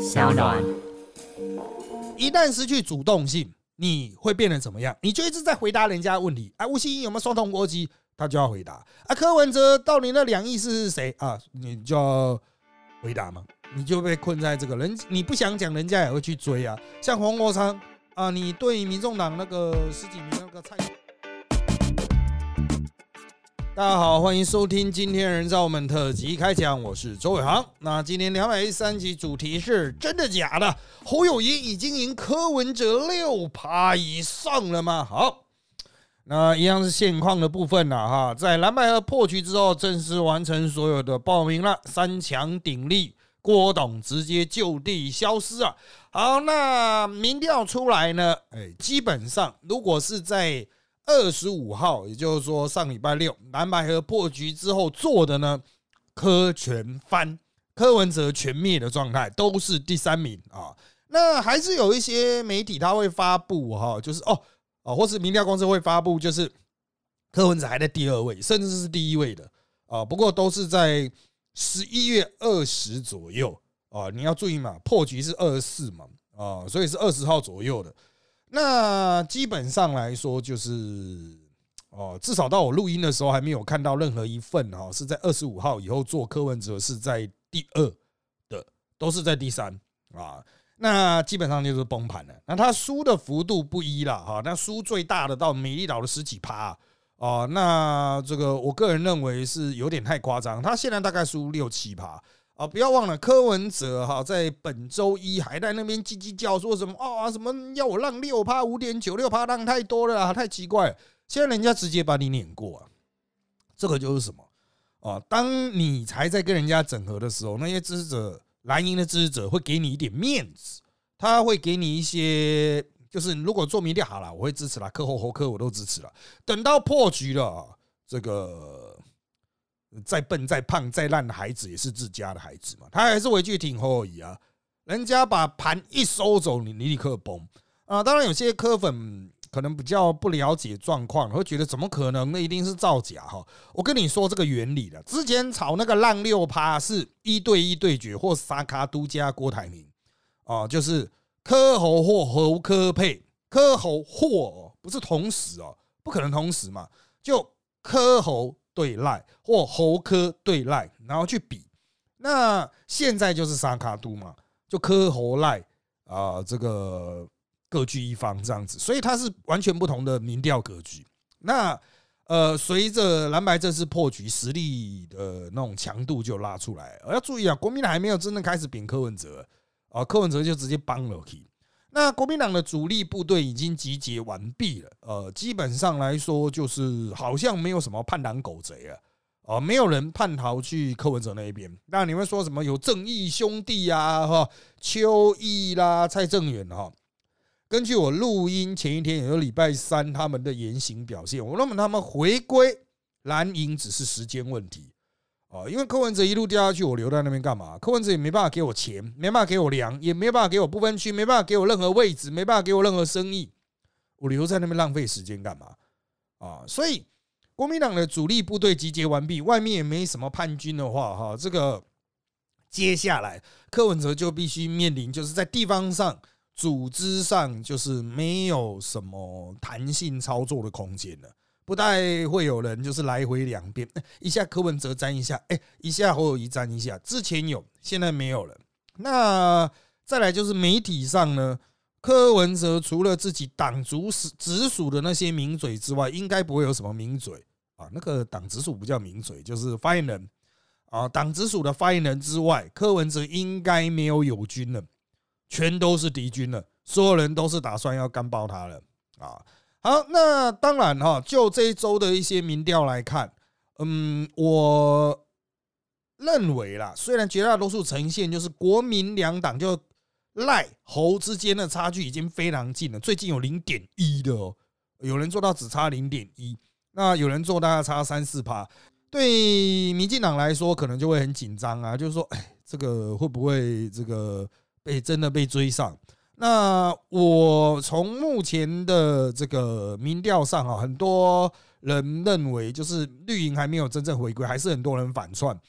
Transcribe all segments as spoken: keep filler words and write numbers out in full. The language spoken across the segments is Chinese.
小暖。 一旦失去主动性，你会变得怎么样？你就一直在回答人家的问题啊，吴欣颖有没有双重国籍？他就要回答啊。柯文哲到底那两亿是谁啊？你就要回答嘛。你就被困在这个人，你不想讲，人家也会去追啊。像黄国昌啊，你对民众党那个十几名那个蔡。大家好，欢迎收听今天人造们特辑开讲，我是周伟航。那今天两百一十三集主题是真的假的？侯友宜已经赢柯文哲六趴以上了吗？好，那一样是现况的部分啦哈，在蓝白合破局之后，正式完成所有的报名了，三强鼎立，郭董直接就地消失啊。好，那民调出来呢，哎，基本上如果是在二十五号，也就是说上礼拜六蓝白合破局之后做的呢，柯全翻，柯文哲全灭的状态，都是第三名啊。那还是有一些媒体他会发布哈，就是哦哦，或是民调公司会发布，就是柯文哲还在第二位，甚至是第一位的啊。不过都是在十一月二十左右啊。你要注意嘛，破局是二十四嘛啊，所以是二十号左右的。那基本上来说，就是哦，至少到我录音的时候，还没有看到任何一份哈是在二十五号以后做柯文哲是在第二的，都是在第三啊。那基本上就是崩盘了。那他输的幅度不一啦哈，那输最大的到美丽岛的十几趴啊。那这个我个人认为是有点太夸张，他现在大概输六七趴。啊，不要忘了柯文哲哈，在本周一还在那边叽叽叫说什么啊，什么要我让六趴五点九六趴让太多了啦，太奇怪了。现在人家直接把你碾过啊，这个就是什么啊？当你才在跟人家整合的时候，那些支持者蓝营的支持者会给你一点面子，他会给你一些，就是如果做民调好了，我会支持啦，柯侯侯柯我都支持了。等到破局了，这个。再笨再胖再烂的孩子也是自家的孩子嘛，他还是回去挺侯友宜啊。人家把盘一收走，你立刻崩啊！当然有些柯粉可能比较不了解状况，会觉得怎么可能？那一定是造假哈！我跟你说这个原理了，之前炒那个浪六趴是一对一对决或沙卡都加郭台铭啊，就是柯侯或侯柯配，柯侯或不是同时哦，不可能同时嘛，就柯侯对赖或侯柯对赖，然后去比。那现在就是沙卡都嘛，就柯侯赖啊、呃，这个各据一方这样子，所以它是完全不同的民调格局。那呃，随着蓝白这次破局，实力的那种强度就拉出来。要注意啊，国民党还没有真正开始扁柯文哲啊，柯文哲就直接帮了去。那国民党的主力部队已经集结完毕了，呃，基本上来说就是好像没有什么叛党狗贼了，啊、呃，没有人叛逃去柯文哲那一边。那你们说什么有正义兄弟啊，哈，邱毅啦、蔡正元哈。根据我录音前一天，也就是礼拜三他们的言行表现，我认为他们回归蓝营只是时间问题。哦，因为柯文哲一路掉下去，我留在那边干嘛？柯文哲也没办法给我钱，没办法给我粮，也没办法给我不分区，没办法给我任何位置，没办法给我任何生意，我留在那边浪费时间干嘛？啊，所以国民党的主力部队集结完毕，外面也没什么叛军的话，哈，这个接下来柯文哲就必须面临，就是在地方上、组织上，就是没有什么弹性操作的空间了。不太会有人就是来回两边，一下柯文哲沾一下，哎，一下侯友宜沾一下。之前有，现在没有了。那再来就是媒体上呢，柯文哲除了自己党族直属的那些名嘴之外，应该不会有什么名嘴啊。那个党直属不叫名嘴，就是发言人啊。党直属的发言人之外，柯文哲应该没有友军了，全都是敌军了，所有人都是打算要干爆他了啊。好，那当然哈，就这一周的一些民调来看，嗯，我认为啦，虽然绝大多数呈现就是国民两党就赖侯之间的差距已经非常近了，最近有 零点一 的哦，有人做到只差 零点一， 那有人做大概差 三四趴，对民进党来说可能就会很紧张啊，就是说，哎，这个会不会这个被真的被追上？那我从目前的这个民调上哈，很多人认为就是绿营还没有真正回归，还是很多人反串。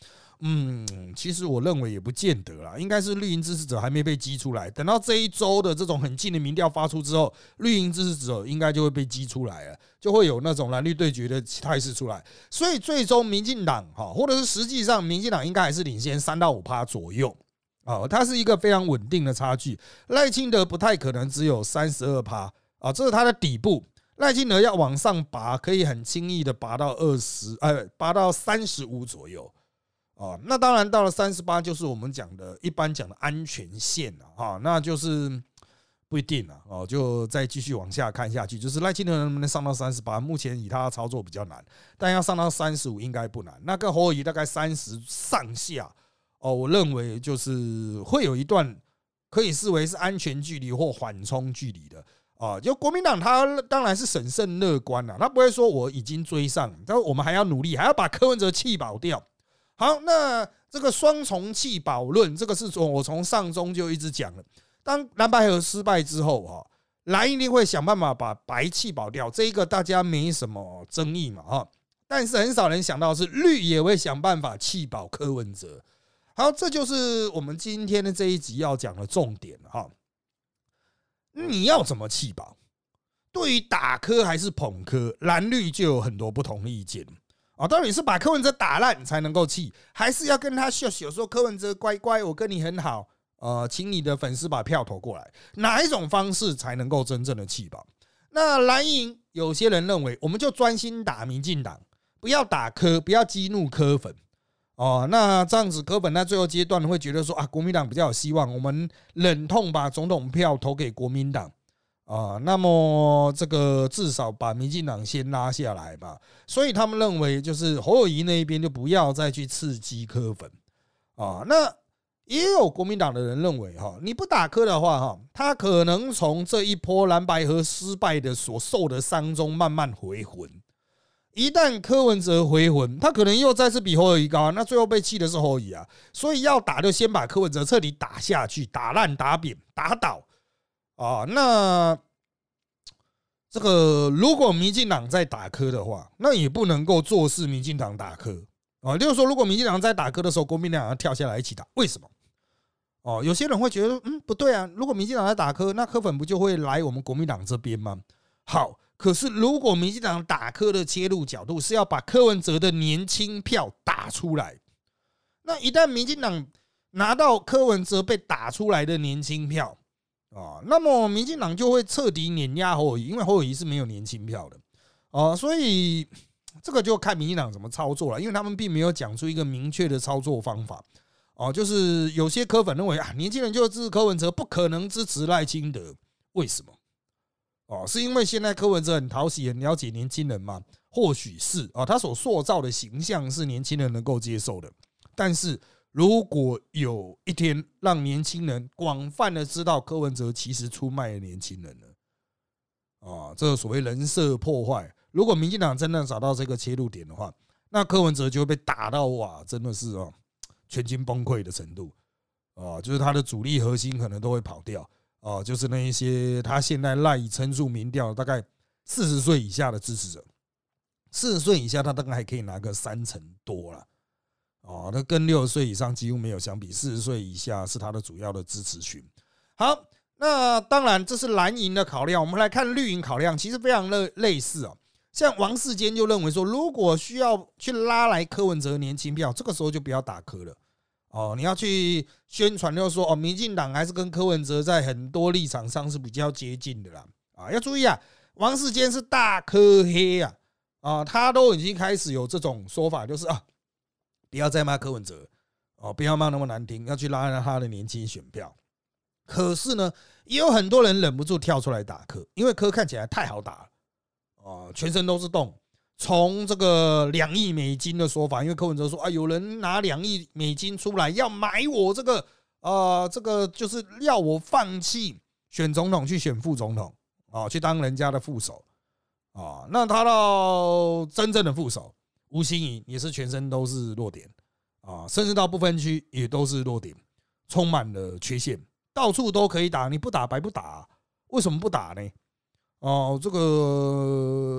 嗯，其实我认为也不见得啦，应该是绿营支持者还没被激出来。等到这一周的这种很近的民调发出之后，绿营支持者应该就会被激出来了，就会有那种蓝绿对决的态势出来。所以最终民进党哈，或者是实际上民进党应该还是领先三到五趴左右啊，它是一个非常稳定的差距。赖清德不太可能只有三十二趴啊，这是它的底部。赖清德要往上拔，可以很轻易的拔到二十，呃，拔到三十五左右。哦，那当然到了三十八，就是我们讲的一般讲的安全线了啊，那就是不一定了哦，就再继续往下看下去，就是赖清德能不能上到三十八，目前以他的操作比较难，但要上到三十五应该不难。那跟侯友宜大概三十上下哦，我认为就是会有一段可以视为是安全距离或缓冲距离的。啊，就国民党他当然是审慎乐观了，他不会说我已经追上，但我们还要努力，还要把柯文哲气保掉。好，那这个双重弃保论，这个是从我从上中就一直讲了。当蓝白合失败之后，哈，蓝一定会想办法把白弃保掉，这一个大家没什么争议嘛，哈。但是很少人想到是绿也会想办法弃保柯文哲。好，这就是我们今天的这一集要讲的重点，哈。你要怎么弃保？对于打柯还是捧柯，蓝绿就有很多不同的意见。啊，到底是把柯文哲打烂才能够气，还是要跟他秀秀说柯文哲乖乖，我跟你很好，呃，请你的粉丝把票投过来，哪一种方式才能够真正的气保？那蓝营有些人认为，我们就专心打民进党，不要打柯，不要激怒柯粉。哦，那这样子柯粉在最后阶段会觉得说啊，国民党比较有希望，我们忍痛把总统票投给国民党。啊，那么这个至少把民进党先拉下来吧，所以他们认为就是侯友宜那一边就不要再去刺激柯粉啊。那也有国民党的人认为哈，你不打柯的话哈，他可能从这一波蓝白合失败的所受的伤中慢慢回魂。一旦柯文哲回魂，他可能又再次比侯友宜高，那最后被气的是侯友宜啊。所以要打就先把柯文哲彻底打下去，打烂、打扁、打倒。啊，那这个如果民进党在打柯的话，那也不能够坐视民进党打柯啊。例如说，如果民进党在打柯的时候，国民党要跳下来一起打，为什么？哦，有些人会觉得，嗯，不对啊，如果民进党在打柯，那柯粉不就会来我们国民党这边吗？好，可是如果民进党打柯的切入角度是要把柯文哲的年轻票打出来，那一旦民进党拿到柯文哲被打出来的年轻票，啊，那么民进党就会彻底碾压侯友宜，因为侯友宜是没有年轻票的，啊，所以这个就看民进党怎么操作了，因为他们并没有讲出一个明确的操作方法，啊，就是有些柯粉认为啊，年轻人就支持柯文哲，不可能支持赖清德，为什么？哦，是因为现在柯文哲很讨喜，很了解年轻人吗？或许是啊，他所塑造的形象是年轻人能够接受的，但是如果有一天让年轻人广泛的知道柯文哲其实出卖了年轻人了，啊，这个所谓人设破坏，如果民进党真的找到这个切入点的话，那柯文哲就会被打到哇，真的是啊，全军崩溃的程度啊，就是他的主力核心可能都会跑掉啊，就是那一些他现在赖以撑住民调大概四十岁以下的支持者，四十岁以下他大概还可以拿个三成多了。哦，那跟六十岁以上几乎没有相比，四十岁以下是他的主要的支持群。好，那当然这是蓝营的考量，我们来看绿营考量，其实非常类类似哦。像王世坚就认为说，如果需要去拉来柯文哲年轻票，这个时候就不要打柯了。哦，你要去宣传，就是说哦，民进党还是跟柯文哲在很多立场上是比较接近的啦。啊，要注意啊，王世坚是大柯黑啊，啊，他都已经开始有这种说法，就是啊。不要再骂柯文哲哦，不要骂那么难听，要去拉他的年轻选票。可是呢，也有很多人忍不住跳出来打柯，因为柯看起来太好打了哦，全身都是洞。从这个两亿美金的说法，因为柯文哲说啊，有人拿两亿美金出来要买我这个呃，这个就是要我放弃选总统去选副总统啊，去当人家的副手啊。那他到真正的副手。吴欣怡也是全身都是弱点啊，甚至到不分区也都是弱点，充满了缺陷，到处都可以打，你不打白不打，为什么不打呢？哦，这个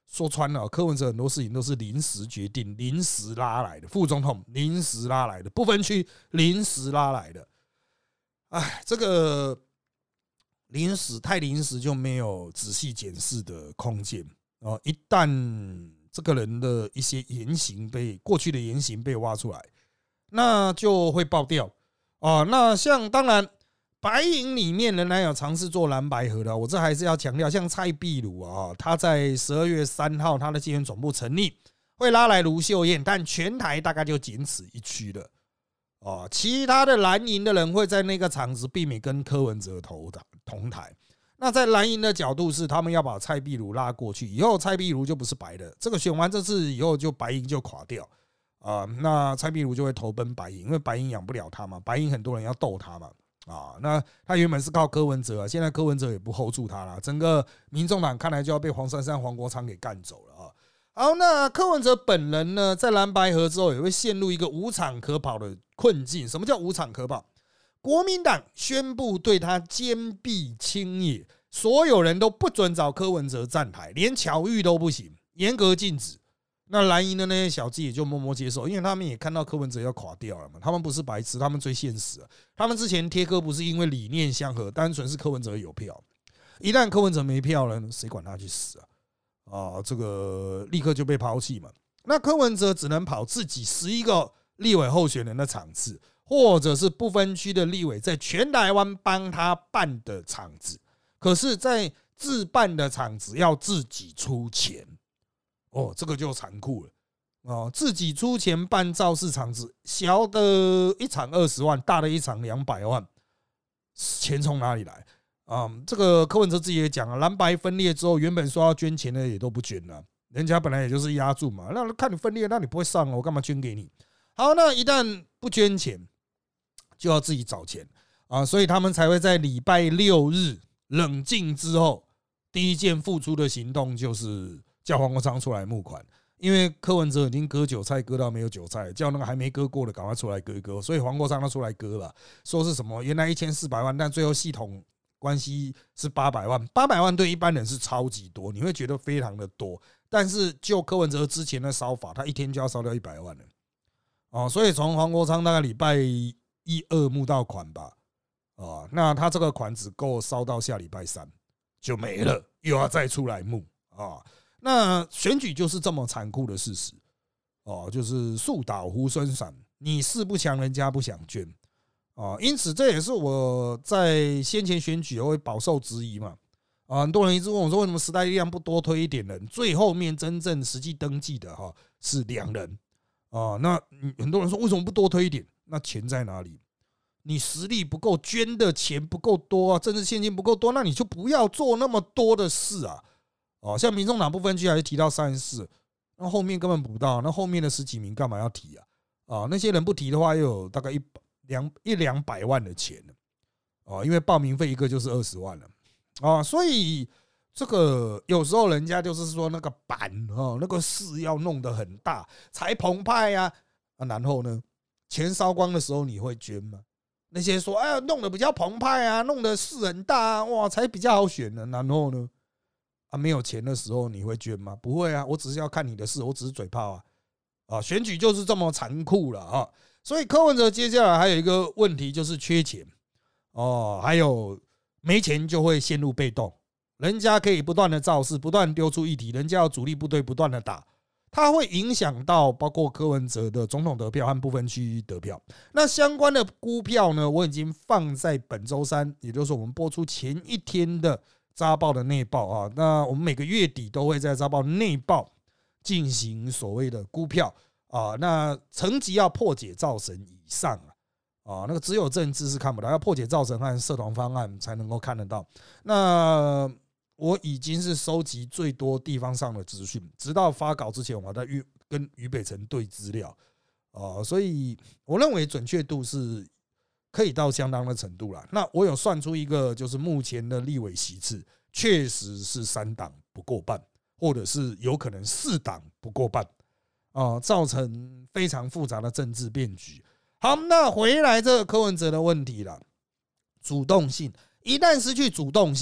说穿了，柯文哲很多事情都是临时决定、临时拉来的，副总统临时拉来的，不分区临时拉来的。哎，这个临时太临时就没有仔细检视的空间哦。一旦这个人的一些言行被过去的言行被挖出来，那就会爆掉哦。那像当然。白营里面仍然有尝试做蓝白合的，我这还是要强调，像蔡壁如啊，他在十二月三号他的竞选总部成立，会拉来卢秀燕，但全台大概就仅此一区了哦。其他的蓝营的人会在那个场子避免跟柯文哲同台。那在蓝营的角度是，他们要把蔡壁如拉过去，以后蔡壁如就不是白的，这个选完这次以后就白营就垮掉啊。那蔡壁如就会投奔白营，因为白营养不了他嘛，白营很多人要斗他嘛。啊，那他原本是靠柯文哲啊，现在柯文哲也不 hold 住他了，整个民众党看来就要被黄珊珊、黄国昌给干走了啊。好，那柯文哲本人呢，在蓝白合之后也会陷入一个无场可跑的困境。什么叫无场可跑？国民党宣布对他坚壁清野，所有人都不准找柯文哲站台，连巧遇都不行，严格禁止。那蓝营的那些小鸡也就默默接受，因为他们也看到柯文哲要垮掉了嘛。他们不是白痴，他们最现实了。他们之前贴柯不是因为理念相合，单纯是柯文哲有票。一旦柯文哲没票了，谁管他去死啊？啊，这个立刻就被抛弃嘛。那柯文哲只能跑自己十一个立委候选人的场次，或者是不分区的立委在全台湾帮他办的场子。可是，在自办的场子要自己出钱。哦，这个就残酷了哦！自己出钱办造势场子，小的一场二十万，大的一场两百万，钱从哪里来啊？这个柯文哲自己也讲了，蓝白分裂之后，原本说要捐钱的也都不捐了，人家本来也就是压住嘛。那看你分裂，那你不会上了，我干嘛捐给你？好，那一旦不捐钱，就要自己找钱啊，所以他们才会在礼拜六日冷静之后，第一件付出的行动就是叫黄国昌出来募款，因为柯文哲已经割韭菜割到没有韭菜，叫那个还没割过的赶快出来割一割，所以黄国昌他出来割了，说是什么原来一千四百万，但最后系统关系是八百万，八百万对一般人是超级多，你会觉得非常的多，但是就柯文哲之前的烧法，他一天就要烧掉一百万了哦，所以从黄国昌大概礼拜一二募到款吧，哦，那他这个款只够烧到下礼拜三就没了，又要再出来募啊。那选举就是这么残酷的事实哦，就是树倒猢狲散，你誓不强，人家不想捐啊，因此这也是我在先前选举会饱受质疑嘛啊，很多人一直问我说，为什么时代力量不多推一点人？最后面真正实际登记的哈是两人啊，那很多人说为什么不多推一点？那钱在哪里？你实力不够，捐的钱不够多啊，政治现金不够多，那你就不要做那么多的事啊。哦，像民众党不分区还是提到三十四，那后面根本不到，那后面的十几名干嘛要提啊？啊，那些人不提的话，又有大概一两一两百万的钱哦，因为报名费一个就是二十万了啊，所以这个有时候人家就是说那个板哦，那个事要弄得很大才澎湃呀啊，然后呢，钱烧光的时候你会捐吗？那些说哎，弄得比较澎湃啊，弄得事很大啊，哇，才比较好选呢，然后呢？啊，没有钱的时候你会捐吗？不会啊，我只是要看你的事，我只是嘴炮啊！啊，选举就是这么残酷了啊！所以柯文哲接下来还有一个问题就是缺钱哦，还有没钱就会陷入被动，人家可以不断的造势，不断丢出议题，人家要主力部队不断的打，它会影响到包括柯文哲的总统得票和不分区得票。那相关的估票呢，我已经放在本周三，也就是我们播出前一天的扎报的内报啊，那我们每个月底都会在扎报内报进行所谓的估票啊，那层级要破解造神以上啊，那个只有政治是看不到，要破解造神和社团方案才能够看得到。那我已经是收集最多地方上的资讯，直到发稿之前，我在跟于北辰对资料啊，所以我认为准确度是可以到相当的程度了。那我有算出一个，就是目前的立委席次确实是三党不过半，或者是有可能四党不过半啊，造成非常复杂的政治变局。好，那回来这个柯文哲的问题了，主动性一旦失去主动性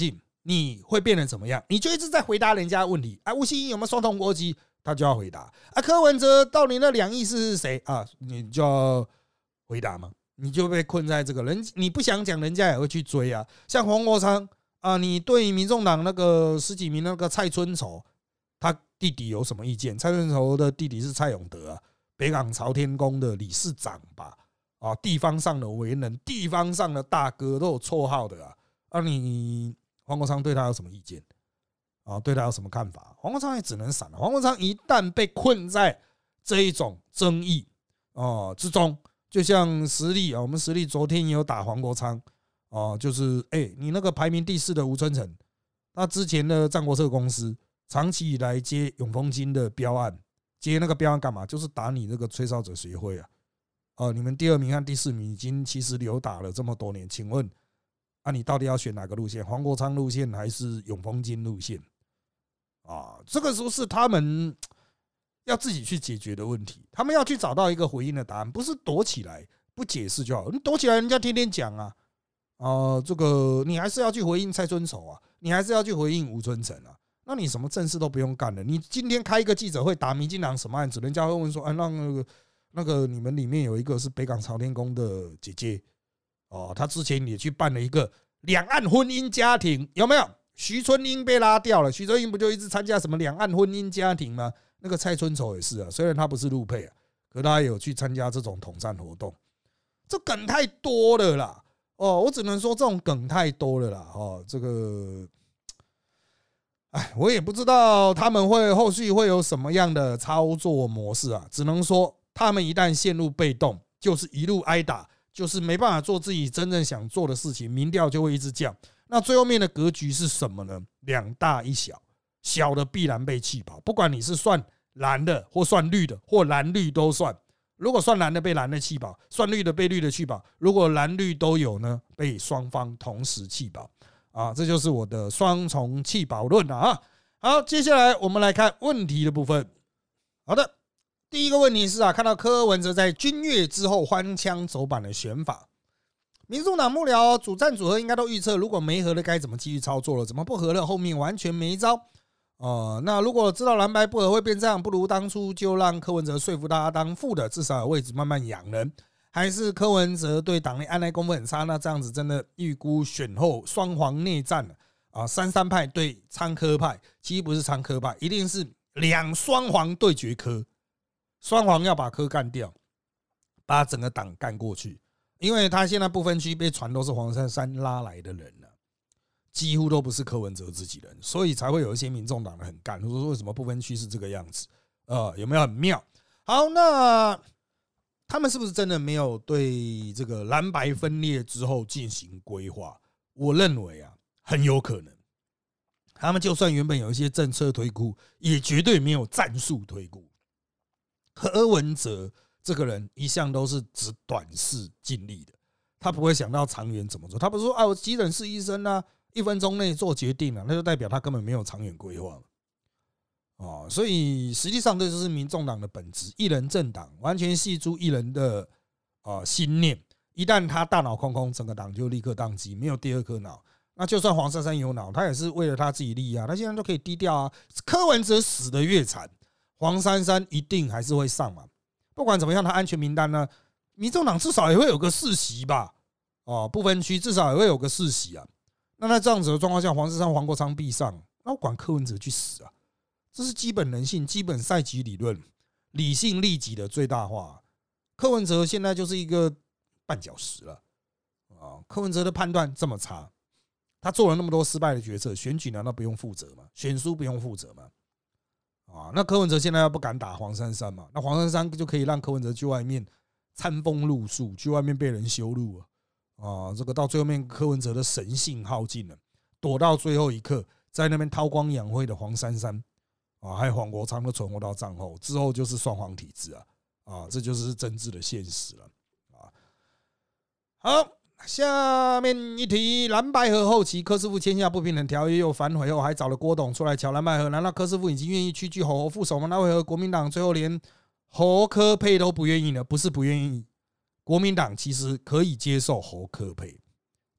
你会变成怎么样？你就一直在回答人家的问题啊，吴欣盈有没有双重国籍？他就要回答啊，柯文哲到底那两亿是谁啊？你就要回答嘛，你就被困在这个人，你不想讲，人家也会去追啊。像黄国昌啊，你对民众党那个十几名那个蔡春仇，他弟弟有什么意见？蔡春仇的弟弟是蔡永德啊，北港朝天宫的理事长吧，啊，地方上的为人，地方上的大哥都有绰号的啊。啊，你黄国昌对他有什么意见？啊，对他有什么看法？黄国昌也只能闪了。黄国昌一旦被困在这一种争议哦之中，就像实力啊，我们实力昨天也有打黄国昌哦，就是哎、欸，你那个排名第四的吴春成，他之前的战国策公司长期以来接永丰金的标案，接那个标案干嘛？就是打你这个吹哨者协会啊。哦，你们第二名和第四名已经其实流打了这么多年，请问啊，你到底要选哪个路线？黄国昌路线还是永丰金路线？啊，这个时候是他们要自己去解决的问题，他们要去找到一个回应的答案，不是躲起来不解释就好。你躲起来，人家天天讲啊，啊，这个你还是要去回应蔡春仇啊，你还是要去回应吴春成啊，那你什么正事都不用干了。你今天开一个记者会打民进党什么案子，人家会问说，啊，那个那个你们里面有一个是北港朝天宫的姐姐，哦，她之前也去办了一个两岸婚姻家庭，有没有？徐春英被拉掉了，徐春英不就一直参加什么两岸婚姻家庭吗？那个蔡春仇也是啊，虽然他不是陆配啊，可他也有去参加这种统战活动。这梗太多了啦，哦，我只能说这种梗太多了啦，哦，这个，哎，我也不知道他们会后续会有什么样的操作模式啊，只能说他们一旦陷入被动，就是一路挨打，就是没办法做自己真正想做的事情，民调就会一直降。那最后面的格局是什么呢？两大一小，小的必然被气跑，不管你是算蓝的或算绿的，或蓝绿都算。如果算蓝的被蓝的气跑，算绿的被绿的气跑，如果蓝绿都有呢，被双方同时气跑啊，这就是我的双重气跑论啊。好，接下来我们来看问题的部分。好的，第一个问题是啊，看到柯文哲在军乐之后换枪走板的选法。民众党幕僚主战组合应该都预测，如果没合了该怎么继续操作了，怎么不合了后面完全没招。呃，那如果知道蓝白不合会变这样，不如当初就让柯文哲说服大家当副的，至少有位置慢慢养人。还是柯文哲对党内按捺功夫很差，那这样子真的预估选后双黄内战了啊！三三派对苍柯派，其实不是苍柯派，一定是两双黄对决柯，双黄要把柯干掉，把整个党干过去。因为他现在不分区被传都是黄珊珊拉来的人了，几乎都不是柯文哲自己人，所以才会有一些民众党的很干，说为什么不分区是这个样子？呃，有没有很妙？好，那他们是不是真的没有对这个蓝白分裂之后进行规划？我认为啊，很有可能。他们就算原本有一些政策推估，也绝对没有战术推估。柯文哲这个人一向都是只短视尽力的，他不会想到长远怎么做。他不是说啊，我急诊室医生啊，一分钟内做决定啊，那就代表他根本没有长远规划哦。所以实际上这就是民众党的本质，一人政党，完全系诸一人的啊心念。一旦他大脑空空，整个党就立刻宕机，没有第二颗脑。那就算黄珊珊有脑，他也是为了他自己利益啊，他现在都可以低调啊。柯文哲死得越惨，黄珊珊一定还是会上嘛。不管怎么样，他安全名单呢，民众党至少也会有个四席吧，哦，不分区至少也会有个四席啊。那在这样子的状况下，黄珊珊、黄国昌必上，那我管柯文哲去死啊！这是基本人性、基本赛局理论，理性利己的最大化。柯文哲现在就是一个绊脚石了啊！柯文哲的判断这么差，他做了那么多失败的决策，选举难道不用负责吗？选输不用负责吗？啊，那柯文哲现在要不敢打黄珊珊嘛？那黄珊珊就可以让柯文哲去外面餐风露宿，去外面被人羞辱啊！啊，这个到最后面柯文哲的神性耗尽了，躲到最后一刻，在那边韬光养晦的黄珊珊啊，还有黄国昌都存活到战后，之后就是双黄体制啊！啊，这就是政治的现实了啊！好。下面一题，蓝白合后期，柯师傅签下不平等条约又反悔后，还找了郭董出来瞧蓝白合。难道柯师傅已经愿意屈居侯侯副手吗？那为何国民党最后连侯柯配都不愿意呢？不是不愿意，国民党其实可以接受侯柯配，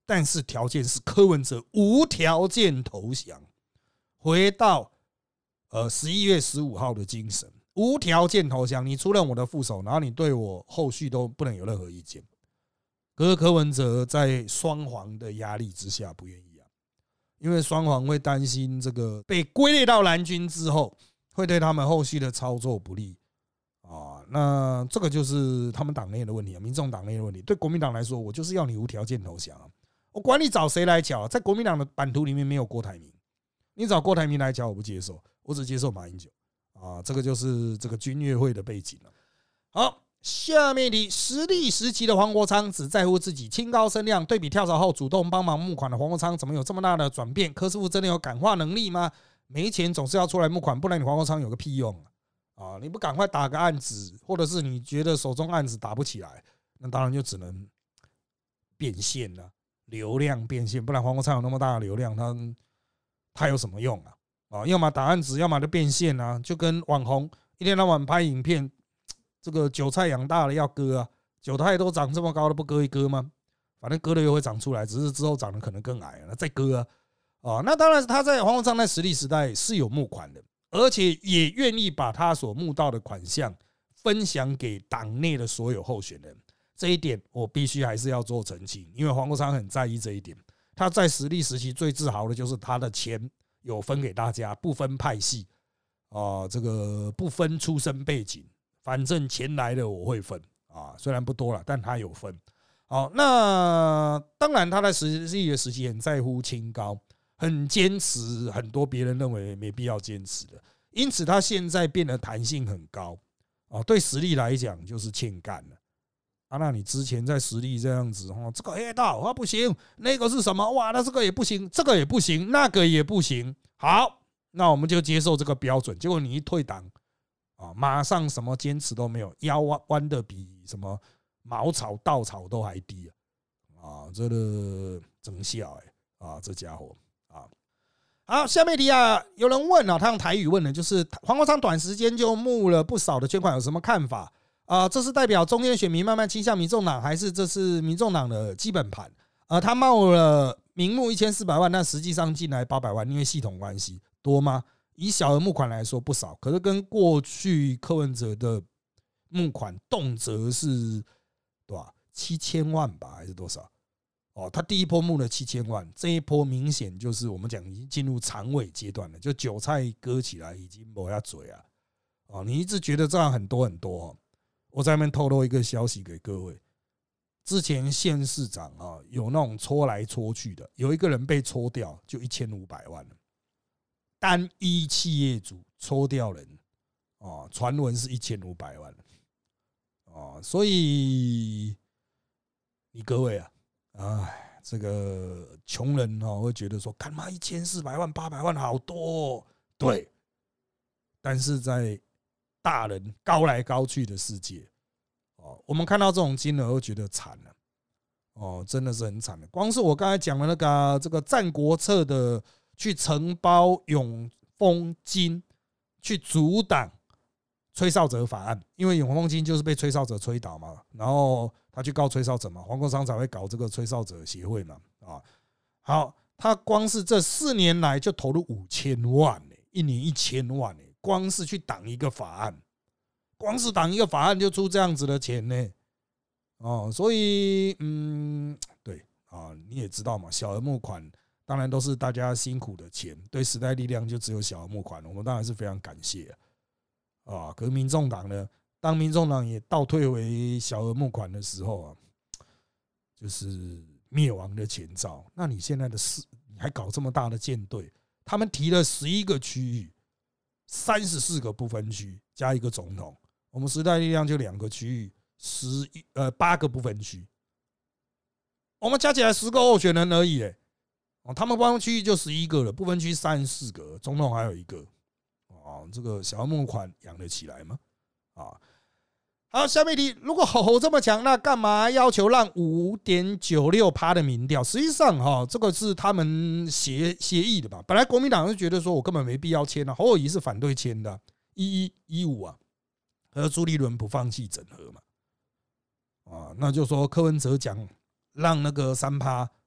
但是条件是柯文哲无条件投降，回到呃十一月十五号的精神，无条件投降，你出任我的副手，然后你对我后续都不能有任何意见。可是柯文哲在双黄的压力之下不愿意啊，因为双黄会担心这个被归类到蓝军之后，会对他们后续的操作不利啊。那这个就是他们党内的问题啊，民众党内的问题。对国民党来说，我就是要你无条件投降啊，我管你找谁来瞧，在国民党的版图里面没有郭台铭，你找郭台铭来瞧，我不接受，我只接受马英九啊。这个就是这个军乐会的背景了。好。下面题，实力时期的黄国昌只在乎自己清高声量，对比跳槽后主动帮忙募款的黄国昌，怎么有这么大的转变？柯师傅真的有感化能力吗？没钱总是要出来募款，不然你黄国昌有个屁用啊！你不赶快打个案子，或者是你觉得手中案子打不起来，那当然就只能变现了，流量变现，不然黄国昌有那么大的流量，他他有什么用啊？啊，要么打案子，要么就变现啊，就跟网红一天到晚拍影片。这个韭菜养大了要割啊，韭菜都长这么高了，不割一割吗？反正割了又会长出来，只是之后长得可能更矮了，再割啊。哦，那当然，他在黄国昌在实力时代是有募款的，而且也愿意把他所募到的款项分享给党内的所有候选人。这一点我必须还是要做澄清，因为黄国昌很在意这一点。他在实力时期最自豪的就是他的钱有分给大家，不分派系啊，这个不分出身背景。反正钱来了我会分啊，虽然不多了，但他有分。好，那当然他在实力的时期很在乎清高，很坚持很多别人认为没必要坚持的，因此他现在变得弹性很高啊。对实力来讲就是欠干了啊。那你之前在实力这样子哦，这个黑道啊不行，那个是什么哇？那这个也不行，这个也不行，那个也不行。好，那我们就接受这个标准。结果你一退党。啊，马上什么坚持都没有，腰弯的比什么茅草、稻草都还低啊！这个真笑哎啊，这家伙啊！好，下面题啊，有人问啊，他用台语问的，就是黄国昌短时间就募了不少的捐款，有什么看法啊？这是代表中间选民慢慢倾向民众党，还是这是民众党的基本盘？啊，他冒了名目一千四百万，但实际上进来八百万，因为系统关系，多吗？以小额募款来说不少，可是跟过去柯文哲的募款动辄是多少七千万吧，还是多少？哦，他第一波募了七千万，这一波明显就是我们讲已经进入长尾阶段了，就韭菜割起来已经没下嘴啊！哦，你一直觉得这样很多很多、哦，我在那边透露一个消息给各位，之前县市长啊有那种搓来搓去的，有一个人被搓掉就一千五百万了。单一企业主抽掉人哦，传闻是一千五百万哦，所以你各位啊，哎，这个穷人哦会觉得说，干嘛一千四百万、八百万好多、哦？对，但是在大人高来高去的世界哦，我们看到这种金额会觉得惨了哦，真的是很惨的。光是我刚才讲的那个这个《战国策》的。去承包永丰金，去阻挡吹哨者法案，因为永丰金就是被吹哨者吹倒嘛，然后他去告吹哨者嘛，黄国昌才会搞这个吹哨者协会嘛，啊，好，他光是这四年来就投入五千万呢，一年一千万呢，光是去挡一个法案，光是挡一个法案就出这样子的钱呢，哦，所以嗯，对啊，你也知道嘛，小额募款。当然都是大家辛苦的钱，对时代力量就只有小额募款，我们当然是非常感谢啊。可是民众党呢，当民众党也倒退为小额募款的时候啊，就是灭亡的前兆。那你现在的事，你还搞这么大的舰队？他们提了十一个区域，三十四个不分区，加一个总统。我们时代力量就两个区域，十一呃八个不分区，我们加起来十个候选人而已、欸。哦，他们不分区域就十一个了，不分区三十四个，总统还有一个，哦，这个小额募款养得起来吗？啊，好，下面一题，如果吼吼这么强，那干嘛要求让 五点九六趴 的民调？实际上哈，这个是他们协协议的吧？本来国民党是觉得说我根本没必要签啊，侯友宜是反对签的、啊，一一一五啊，和朱立伦不放弃整合嘛，啊，那就说柯文哲讲让那个三趴。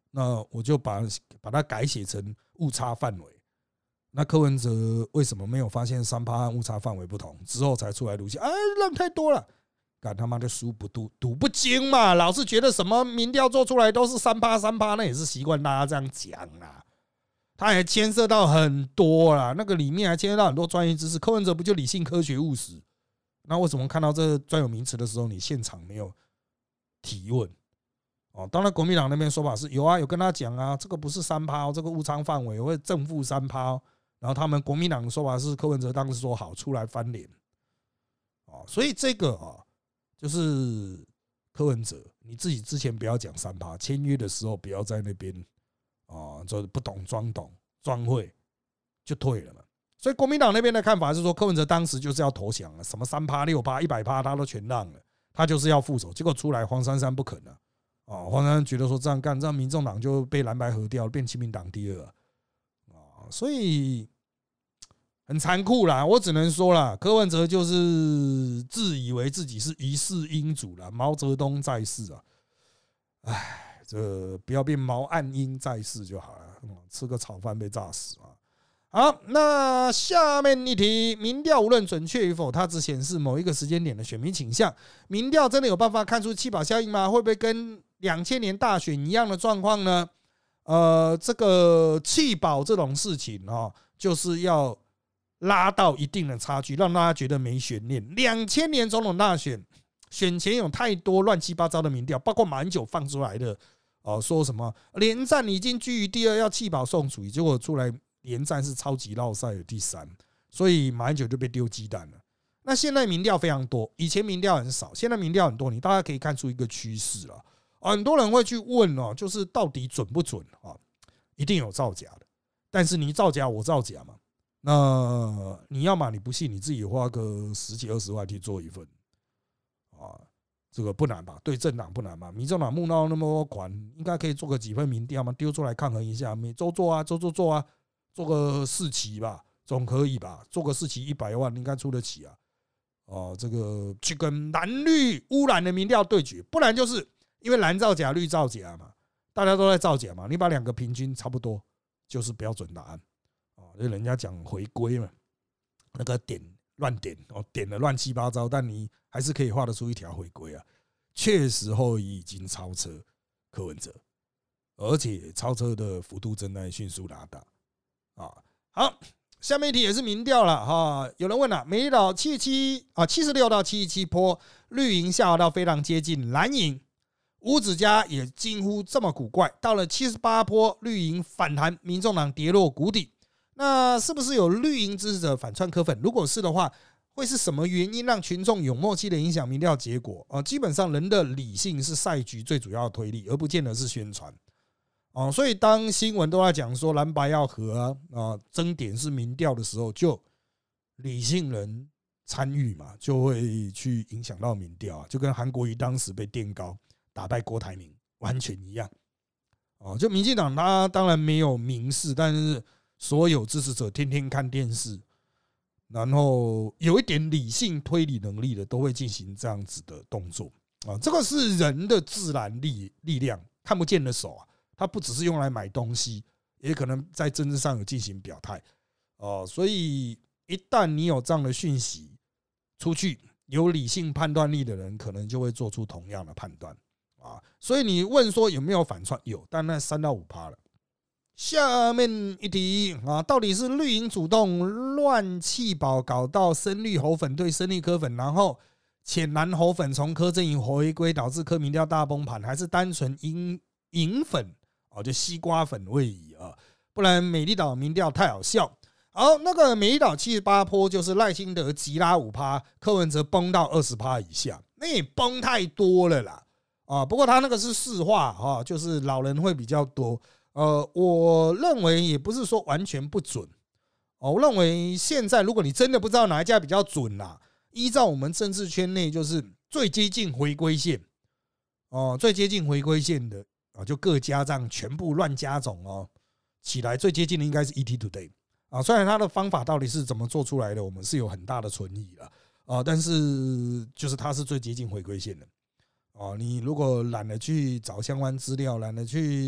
那我就把把它改写成误差范围。那柯文哲为什么没有发现三趴和误差范围不同之后才出来鲁戏？哎，让太多了，干他妈的输不赌赌不精嘛！老是觉得什么民调做出来都是三趴三趴，那也是习惯大家这样讲啦。他还牵涉到很多啦，那个里面还牵涉到很多专业知识。柯文哲不就理性、科学、务实？那为什么看到这专有名词的时候，你现场没有提问？哦，当然国民党那边说法是有啊，有跟他讲啊，这个不是三趴，这个误差范围会正负三趴。然后他们国民党的说法是柯文哲当时说好出来翻脸，哦，所以这个啊，就是柯文哲你自己之前不要讲三趴，签约的时候不要在那边啊，就是不懂装懂装会就退了嘛。所以国民党那边的看法是说，柯文哲当时就是要投降了，什么三趴、六趴、一百趴他都全让了，他就是要副手。结果出来黄珊珊不肯了，啊，黄珊珊觉得说这样干，这样民众党就被蓝白合掉，变亲民党第二了。所以很残酷啦，我只能说啦，柯文哲就是自以为自己是一世英主啦，毛泽东在世啊，哎，这不要变毛岸英在世就好了，吃个炒饭被炸死啊！好，那下面一题，民调无论准确与否，它只显示某一个时间点的选民倾向。民调真的有办法看出弃保效应吗？会不会跟两千年大选一样的状况呢？呃，这个弃保这种事情啊，就是要拉到一定的差距，让大家觉得没悬念。两千年总统大选选前有太多乱七八糟的民调，包括马英九放出来的，哦，说什么连战已经居于第二，要弃保宋楚瑜，结果出来连战是超级落赛的第三，所以马英九就被丢鸡蛋了。那现在民调非常多，以前民调很少，现在民调很多，你大家可以看出一个趋势了。很多人会去问哦，就是到底准不准啊？一定有造假的，但是你造假我造假嘛，那你要嘛你不信，你自己花个十几二十万去做一份啊，这个不难吧？对政党不难吧？民众党募到那么多款，应该可以做个几份民调嘛，丢出来抗衡一下，每周做啊，周周做啊，做个四期吧，总可以吧？做个四期一百万应该出得起啊！哦，这个去跟蓝绿污染的民调对决，不然就是因为蓝造假绿造假嘛，大家都在造假嘛，你把两个平均差不多就是标准答案啊，就人家讲回归嘛，那个点乱点哦，点的乱七八糟，但你还是可以画得出一条回归啊。确实后裔已经超车柯文哲，而且超车的幅度正在迅速拉大啊。好，下面一题也是民调了哈，有人问了，美丽岛七十七啊，七十六到七十七波，绿营下滑到非常接近蓝营。吴子嘉也近乎这么古怪，到了七十八波，绿营反弹，民众党跌落谷底。那是不是有绿营支持者反串柯粉？如果是的话，会是什么原因让群众有默契的影响民调结果？啊，基本上人的理性是赛局最主要的推力，而不见得是宣传。哦，所以当新闻都在讲说蓝白要合啊，争点是民调的时候，就理性人参与嘛，就会去影响到民调啊，就跟韩国瑜当时被垫高打败郭台铭完全一样。哦，就民进党他当然没有明示，但是所有支持者天天看电视，然后有一点理性推理能力的，都会进行这样子的动作啊。这个是人的自然力力量，看不见的手啊。它不只是用来买东西，也可能在政治上有进行表态哦。所以一旦你有这样的讯息出去，有理性判断力的人可能就会做出同样的判断啊。所以你问说有没有反串？有，但那三到五趴了。下面一题啊，到底是绿营主动乱弃保，搞到深绿侯粉对深绿柯粉，然后浅蓝侯粉从柯阵营回归，导致柯民调大崩盘，还是单纯因银粉？哦，就西瓜粉位移啊，不然美丽岛民调太好笑。好，那个美丽岛七十八波就是赖清德急拉五趴，柯文哲崩到二十趴以下，那也崩太多了啦啊！不过他那个是市话啊，就是老人会比较多。呃，我认为也不是说完全不准哦，我认为现在如果你真的不知道哪一家比较准啦，依照我们政治圈内就是最接近回归线哦，最接近回归线的。啊，就各家这样全部乱加总哦，起来最接近的应该是 E T Today 啊，虽然它的方法到底是怎么做出来的，我们是有很大的存疑了啊，但是就是它是最接近回归线的啊。你如果懒得去找相关资料，懒得去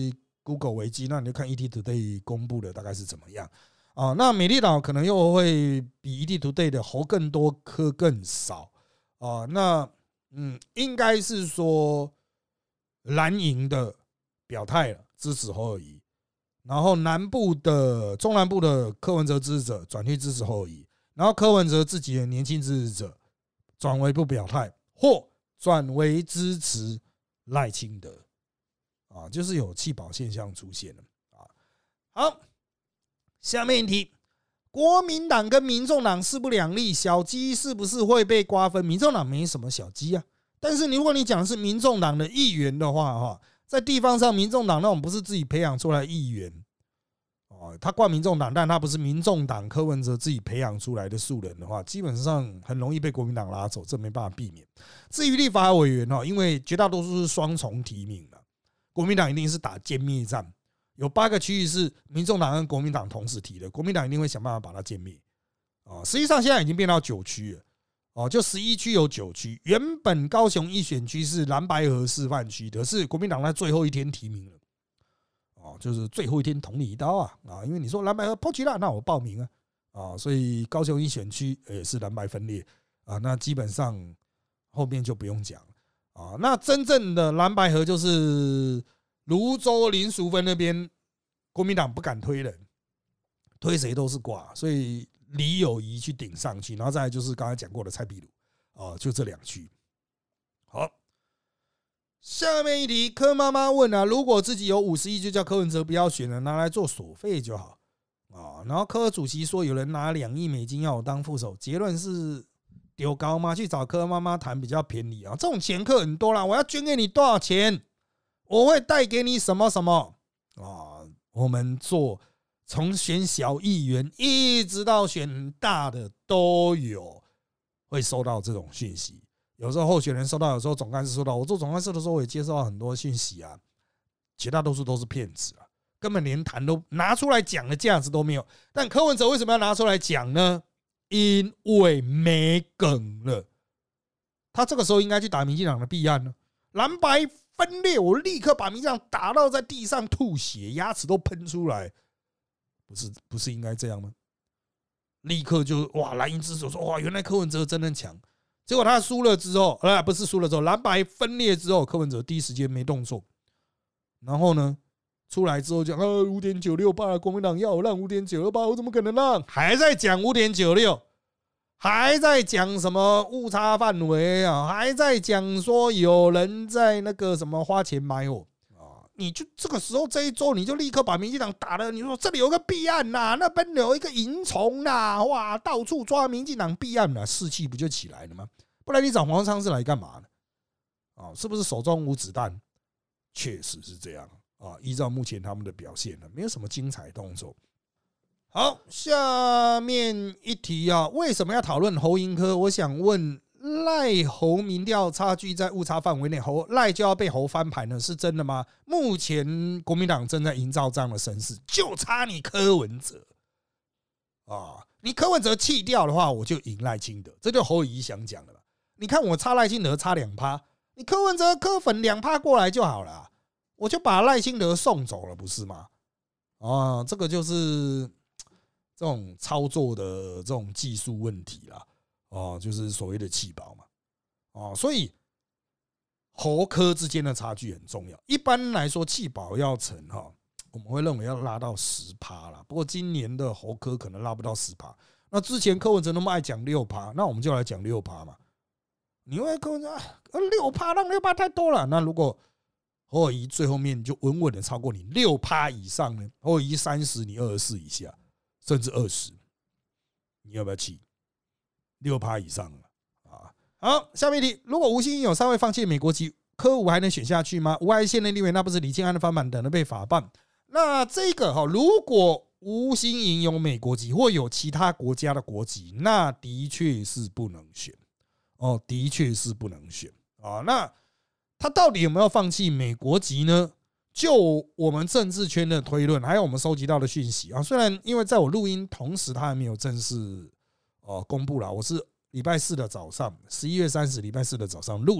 Google 维基，那你就看 E T Today 公布的大概是怎么样啊？那美丽岛可能又会比 E T Today 的猴更多，科更少啊？那嗯，应该是说蓝营的表态了，支持侯友宜，然后南部的中南部的柯文哲支持者转去支持侯友宜，然后柯文哲自己的年轻支持者转为不表态，或转为支持赖清德啊，就是有弃保现象出现了啊。好，下面一题，国民党跟民众党势不两立，小鸡是不是会被瓜分？民众党没什么小鸡啊，但是如果你讲的是民众党的议员的话，哈，在地方上，民众党那种不是自己培养出来的议员，哦，他挂民众党，但他不是民众党柯文哲自己培养出来的素人的话，基本上很容易被国民党拉走，这没办法避免。至于立法委员，因为绝大多数是双重提名的，国民党一定是打歼灭战。有八个区域是民众党跟国民党同时提的，国民党一定会想办法把它歼灭。实际上现在已经变到九区了，就十一区有九区。原本高雄一选区是蓝白河示范区的，是国民党在最后一天提名了，就是最后一天捅你一刀啊！因为你说蓝白河破局了，那我报名啊！所以高雄一选区也是蓝白分裂啊，那基本上后面就不用讲啊。那真正的蓝白河就是蘆洲林淑芬那边，国民党不敢推人，推谁都是挂，所以李友仪去顶上去，然后再来就是刚才讲过的蔡壁如啊，就这两区。好，下面一题，柯妈妈问啊，如果自己有五十亿，就叫柯文哲不要选了，拿来做所费就好啊。然后柯主席说有人拿两亿美金要我当副手，结论是丢高吗？去找柯妈妈谈比较便宜啊，这种前科很多啦，我要捐给你多少钱？我会带给你什么什么啊？我们做从选小议员一直到选大的都有会收到这种讯息，有时候候选人收到，有时候总干事收到。我做总干事的时候，我也接收到很多讯息啊，绝大多数都是骗子啊，根本连谈都拿出来讲的价值都没有。但柯文哲为什么要拿出来讲呢？因为没梗了，他这个时候应该去打民进党的弊案呢，蓝白分裂，我立刻把民进党打到在地上吐血，牙齿都喷出来，不是不是应该这样吗？立刻就哇，蓝营支持说哇，原来柯文哲真的强。结果他输了之后，呃，不是输了之后，蓝白分裂之后，柯文哲第一时间没动作，然后呢，出来之后讲啊，五点九六八，国民党要我让五点九六八，我怎么可能让？还在讲五点九六。还在讲什么误差范围啊？还在讲说有人在那个什么花钱买我啊？你就这个时候这一周你就立刻把民进党打了。你说这里有个弊案呐，那边有一个蝇虫呐，哇，到处抓民进党弊案呐，士气不就起来了吗？不然你找黄昌是来干嘛呢？啊，是不是手中无子弹？确实是这样啊。依照目前他们的表现呢，没有什么精彩动作。好，下面一题啊，为什么要讨论侯银科？我想问，赖侯民调差距在误差范围内，侯赖就要被侯翻盘了，是真的吗？目前国民党正在营造这样的声势，就差你柯文哲啊！你柯文哲弃掉的话，我就赢赖清德，这就侯友宜想讲的吧？你看我差赖清德差两趴，你柯文哲柯粉两趴过来就好了，我就把赖清德送走了，不是吗？啊，这个就是这种操作的这种技术问题啦，哦，就是所谓的弃保嘛，哦，所以侯柯之间的差距很重要。一般来说，弃保要成哈，我们会认为要拉到十趴啦。不过今年的侯柯可能拉不到十趴。那之前柯文哲那么爱讲六趴，那我们就来讲六趴嘛。你会柯文哲六趴让六趴太多了，那如果侯友宜最后面就稳稳的超过你六趴以上呢？侯友宜三十，你二十四以下。甚至二十，你要不要弃？六趴以上啊！好，下面一题：如果吴欣盈有三位放弃美国籍，柯吴还能选下去吗？吴还现任立委，那不是李庆安的翻版，等着被法办。那这个哈，如果吴欣盈有美国籍或有其他国家的国籍，那的确是不能选哦，的确是不能选啊。那他到底有没有放弃美国籍呢？就我们政治圈的推论，还有我们收集到的讯息啊，虽然因为在我录音同时，他还没有正式公布啦，我是礼拜四的早上，十一月三十礼拜四的早上录的。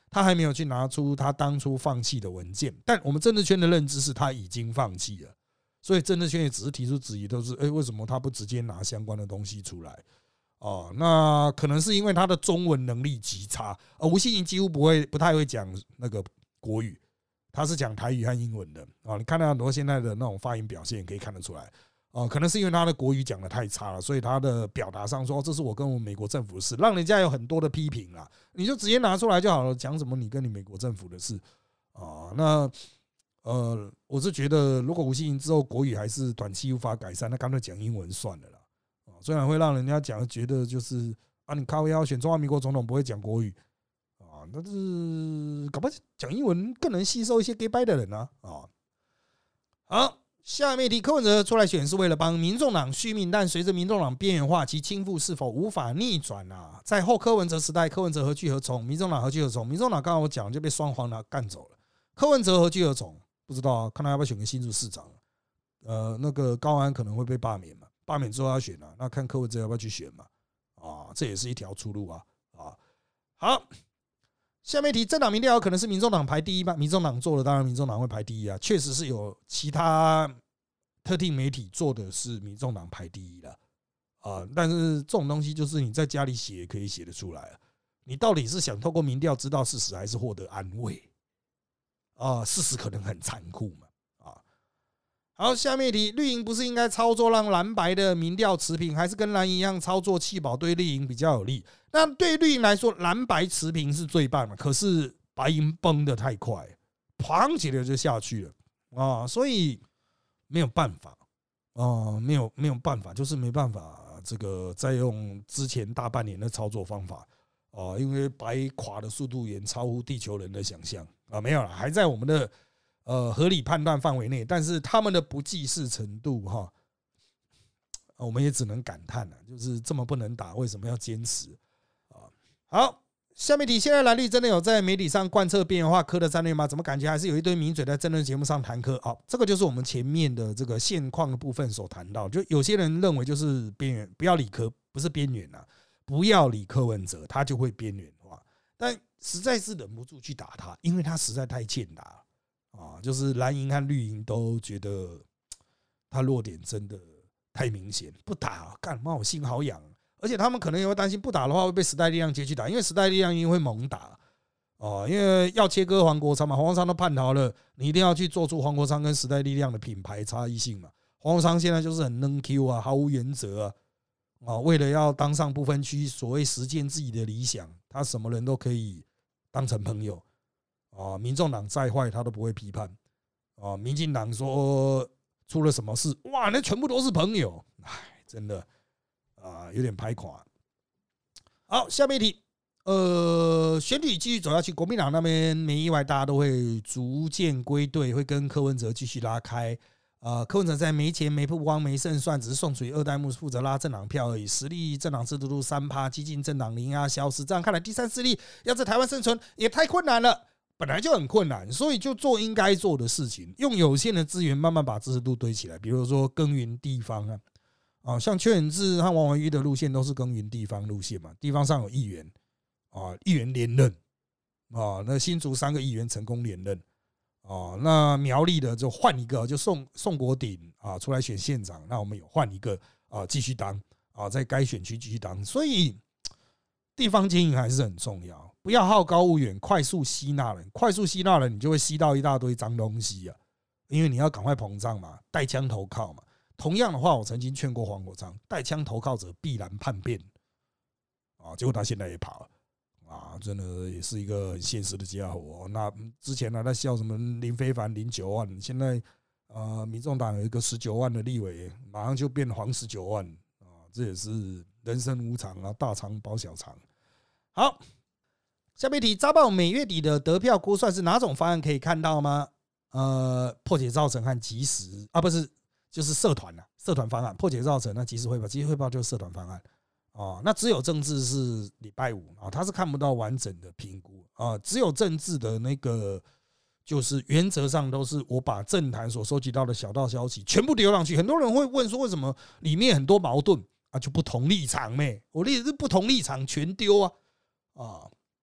他还没有去拿出他当初放弃的文件。但我们政治圈的认知是他已经放弃了，所以政治圈也只是提出质疑，都是哎、欸，为什么他不直接拿相关的东西出来？哦，那可能是因为他的中文能力极差，而吴欣盈几乎不会、不太会讲那个国语，他是讲台语和英文的啊。你看到很多现在的那种发音表现，可以看得出来。哦，可能是因为他的国语讲的太差了，所以他的表达上说这是我跟我美国政府的事，让人家有很多的批评啦。你就直接拿出来就好了，讲什么你跟你美国政府的事啊？那呃，我是觉得如果吴欣盈之后国语还是短期无法改善，那干脆讲英文算了啦。虽然会让人家讲觉得就是啊，你靠腰选中华民国总统不会讲国语啊，但是搞不好讲英文更能吸收一些 gay 掰的人啊啊。好，下面一题，柯文哲出来选是为了帮民众党续命，但随着民众党边缘化，其倾覆是否无法逆转啊？在后柯文哲时代，柯文哲何去何从？民众党何去何从？民众党刚刚我讲就被双黄拿干走了，柯文哲何去何从？不知道啊，看他要不要选个新竹市长。呃，那个高安可能会被罢免嘛？罢免之后要选啊，那看柯文哲要不要去选嘛？啊，这也是一条出路啊！啊，好，下面一题，政党民调可能是民众党排第一吗？民众党做的，当然民众党会排第一啊，确实是有其他特定媒体做的是民众党排第一的啊，但是这种东西就是你在家里写也可以写得出来啊。你到底是想透过民调知道事实，还是获得安慰啊？事实可能很残酷嘛。好，下面一题，绿营不是应该操作让蓝白的民调持平，还是跟蓝营一样操作弃保对绿营比较有利？那对绿营来说，蓝白持平是最棒的，可是白营崩得太快，砰起来就下去了啊，所以没有办法啊，没有没有办法，就是没办法，这个再用之前大半年的操作方法啊，因为白垮的速度远超乎地球人的想象啊，没有了，还在我们的。呃，合理判断范围内，但是他们的不济事程度哈，我们也只能感叹了，就是这么不能打，为什么要坚持啊？好，下面题，现在蓝绿真的有在媒体上贯彻边缘化柯的战略吗？怎么感觉还是有一堆名嘴在政论节目上谈柯啊？这个就是我们前面的这个现况的部分所谈到，就有些人认为就是边缘，不要理柯，不是边缘啊，不要理柯文哲，他就会边缘化，但实在是忍不住去打他，因为他实在太欠打了。啊，就是蓝营和绿营都觉得他弱点真的太明显，不打干嘛我心好痒，而且他们可能也会担心不打的话会被时代力量接去打，因为时代力量一定会猛打哦，因为要切割黄国昌嘛，黄国昌都叛逃了，你一定要去做出黄国昌跟时代力量的品牌差异性嘛。黄国昌现在就是很能 Q 啊，毫无原则啊，啊，为了要当上不分区，所谓实践自己的理想，他什么人都可以当成朋友。啊，民众党再坏他都不会批判啊，民进党说出了什么事，哇，那全部都是朋友，哎，真的啊，有点拍垮。好，下面一题，呃，选举继续走下去，国民党那边没意外，大家都会逐渐归队，会跟柯文哲继续拉开。呃，柯文哲在没钱、没曝光、没胜算，只是宋楚瑜二代目负责拉政党票而已。实力政党制度度三趴，激进政党零压消失，这样看来，第三势力要在台湾生存也太困难了。本来就很困难，所以就做应该做的事情，用有限的资源慢慢把支持度堆起来。比如说耕耘地方啊，啊，像邱显智和王文瑜的路线都是耕耘地方路线嘛，地方上有议员啊，议员连任啊，那新竹三个议员成功连任啊，那苗栗的就换一个，就宋宋国鼎啊出来选县长，那我们有换一个啊继续当啊，在该选区继续当，所以地方经营还是很重要。不要好高骛远，快速吸纳人，快速吸纳人，你就会吸到一大堆脏东西啊！因为你要赶快膨胀嘛，带枪投靠嘛。同样的话，我曾经劝过黄国昌，带枪投靠者必然叛变啊！结果他现在也跑了啊！真的也是一个很现实的家伙。那之前呢，他笑什么林非凡零九万，现在呃，民众党有一个十九万的立委，马上就变黄十九万啊！这也是人生无常啊，大肠包小肠。好。下面一题，扎报每月底的得票估算是哪种方案可以看到吗？呃，破解造成和即时啊，不是，就是社团啊，社团方案，破解造成那即时汇报，即时汇报就是社团方案啊。那只有政治是礼拜五啊，他是看不到完整的评估啊，只有政治的那个，就是原则上都是我把政坛所收集到的小道消息全部丢上去。很多人会问说，为什么里面很多矛盾啊？就不同立场咩？我的意思是不同立场全丢啊啊！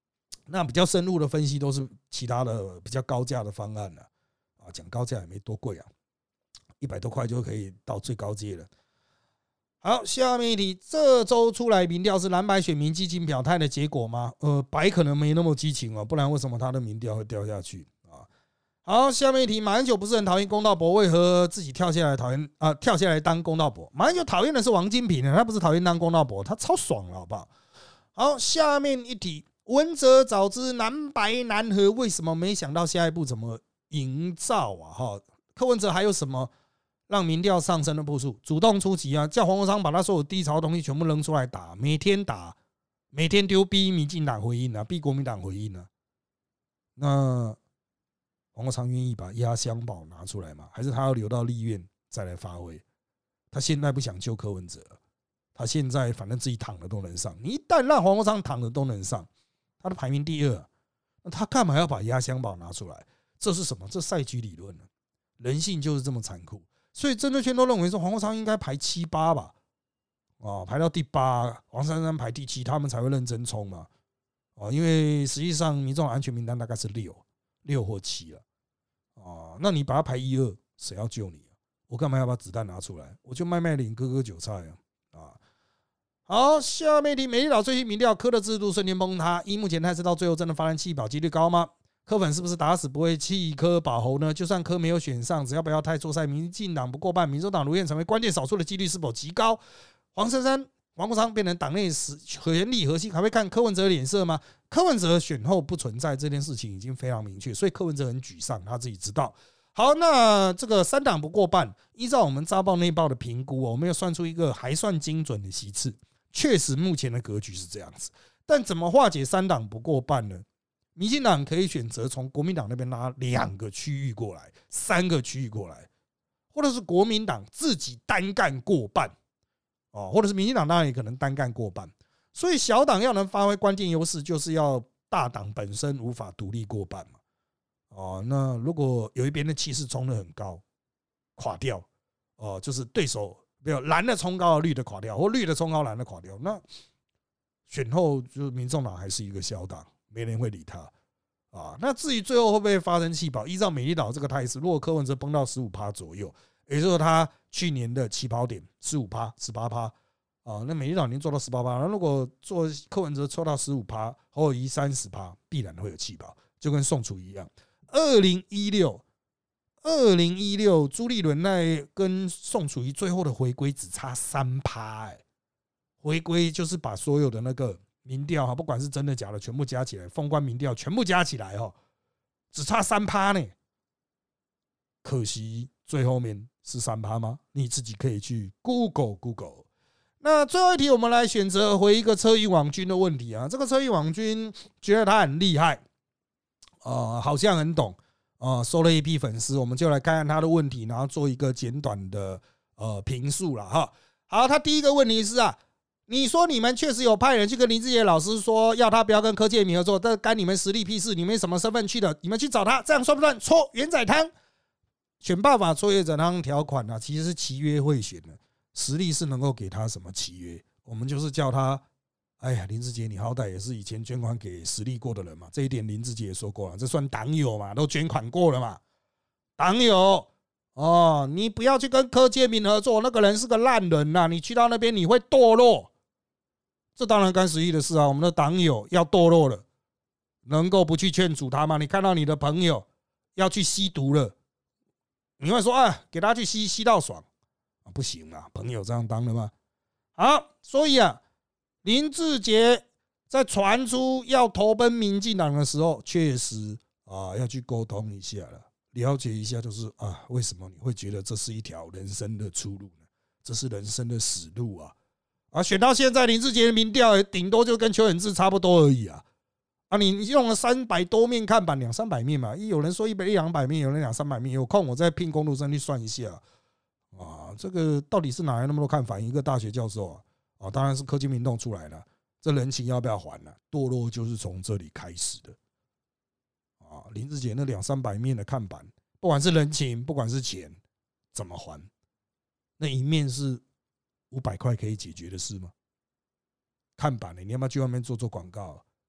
那比较深入的分析都是其他的比较高价的方案了啊，讲高价也没多贵啊，一百多块就可以到最高阶了。好，下面一题，这周出来民调是蓝白选民激情表态的结果吗？呃，白可能没那么激情哦，不然为什么他的民调会掉下去啊？好，下面一题，马英九不是很讨厌公道伯，为何自己跳下来讨厌啊？跳下来当公道伯？马英九讨厌的是王金平，他不是讨厌当公道伯，他超爽了，好不好？好，下面一题。闻者早知蓝白难合，为什么没想到下一步怎么营造啊？哈，柯文哲还有什么让民调上升的步数？主动出击啊，叫黄国昌把他所有低潮的东西全部扔出来打，每天打，每天丢逼民进党回应啊，逼国民党回应啊。那黄国昌愿意把压箱宝拿出来吗？还是他要留到立院再来发挥？他现在不想救柯文哲，他现在反正自己躺的都能上，你一旦让黄国昌躺的都能上。他的排名第二，那他干嘛要把压箱宝拿出来？这是什么？这赛局理论呢？人性就是这么残酷。所以政治圈都认为说黄国昌应该排七八吧，啊，排到第八，黄珊珊排第七，他们才会认真冲嘛，啊，因为实际上民众安全名单大概是六六或七了，啊，那你把他排一二，谁要救你啊？我干嘛要把子弹拿出来？我就卖卖脸，割割韭菜啊，啊。好，下面一题，美丽岛最新民调，柯的制度瞬间崩塌。依目前态势，到最后真的发生弃保几率高吗？柯粉是不是打死不会弃柯保侯呢？就算柯没有选上，只要不要太作赛，民进党不过半，民众党如愿成为关键少数的几率是否极高？黄珊珊、黄国昌变成党内权力核心，还会看柯文哲脸色吗？柯文哲选后不存在这件事情已经非常明确，所以柯文哲很沮丧，他自己知道。好，那这个三党不过半，依照我们扎报内报的评估，我们要算出一个还算精准的席次。确实，目前的格局是这样子，但怎么化解三党不过半呢？民进党可以选择从国民党那边拉两个区域过来，三个区域过来，或者是国民党自己单干过半，哦，或者是民进党当然也可能单干过半。所以小党要能发挥关键优势，就是要大党本身无法独立过半嘛。哦，那如果有一边的气势冲得很高，垮掉，哦，就是对手。没有蓝的冲高，绿的垮掉，或绿的冲高，蓝的垮掉。那选后就是民众党还是一个小党，没人会理他啊。那至于最后会不会发生弃保，依照美丽岛这个态势，如果柯文哲崩到 百分之十五 左右，也就是说他去年的起跑点 百分之十五、百分之十八 啊，那美丽岛已经做到 百分之十八， 那如果做柯文哲抽到 百分之十五， 侯友宜 百分之三十， 必然会有弃保，就跟宋楚瑜一样。二零一六二零一六朱立伦那跟宋楚瑜最后的回归只差 百分之三， 哎，回归就是把所有的那个民调不管是真的假的全部加起来，封关民调全部加起来哦，只差 百分之三 呢。可惜最后面是 百分之三 吗？你自己可以去 Google Google。那最后一题，我们来选择回一个车银网军的问题啊。这个车银网军觉得他很厉害，呃，好像很懂。啊，收了一批粉丝，我们就来看看他的问题，然后做一个简短的呃评述了哈。好，他第一个问题是啊，你说你们确实有派人去跟林志杰老师说，要他不要跟柯建铭合作，这干你们实力屁事？你们什么身份去的？你们去找他，这样算不算错？元仔汤选办法错元仔汤条款啊，其实是契约贿选的，实力是能够给他什么契约？我们就是叫他。哎呀，林志杰，你好歹也是以前捐款给实力过的人嘛，这一点林志杰也说过了，这算党友嘛，都捐款过了嘛，党友哦，你不要去跟柯建铭合作，那个人是个烂人呐、啊，你去到那边你会堕落，这当然干实力的事啊，我们的党友要堕落了，能够不去劝阻他吗？你看到你的朋友要去吸毒了，你会说啊，给他去吸，吸到爽啊，不行啊，朋友这样当的吗？好，所以啊。林志杰在传出要投奔民进党的时候，确实啊要去沟通一下了，了解一下，就是啊为什么你会觉得这是一条人生的出路呢？这是人生的死路啊！啊，选到现在林志杰的民调顶多就跟邱显智差不多而已啊！啊，你用了三百多面看板，两三百面嘛，有人说一百一两百面，有人两三百面，有空我再聘公路生去算一下啊，这个到底是哪来那么多看法？一个大学教授啊！啊，当然是柯建铭弄出来了，这人情要不要还呢、啊？堕落就是从这里开始的。啊，林志杰那两三百面的看板，不管是人情，不管是钱，怎么还？那一面是五百块可以解决的事吗？看板呢、欸，你要不要去外面做做广告？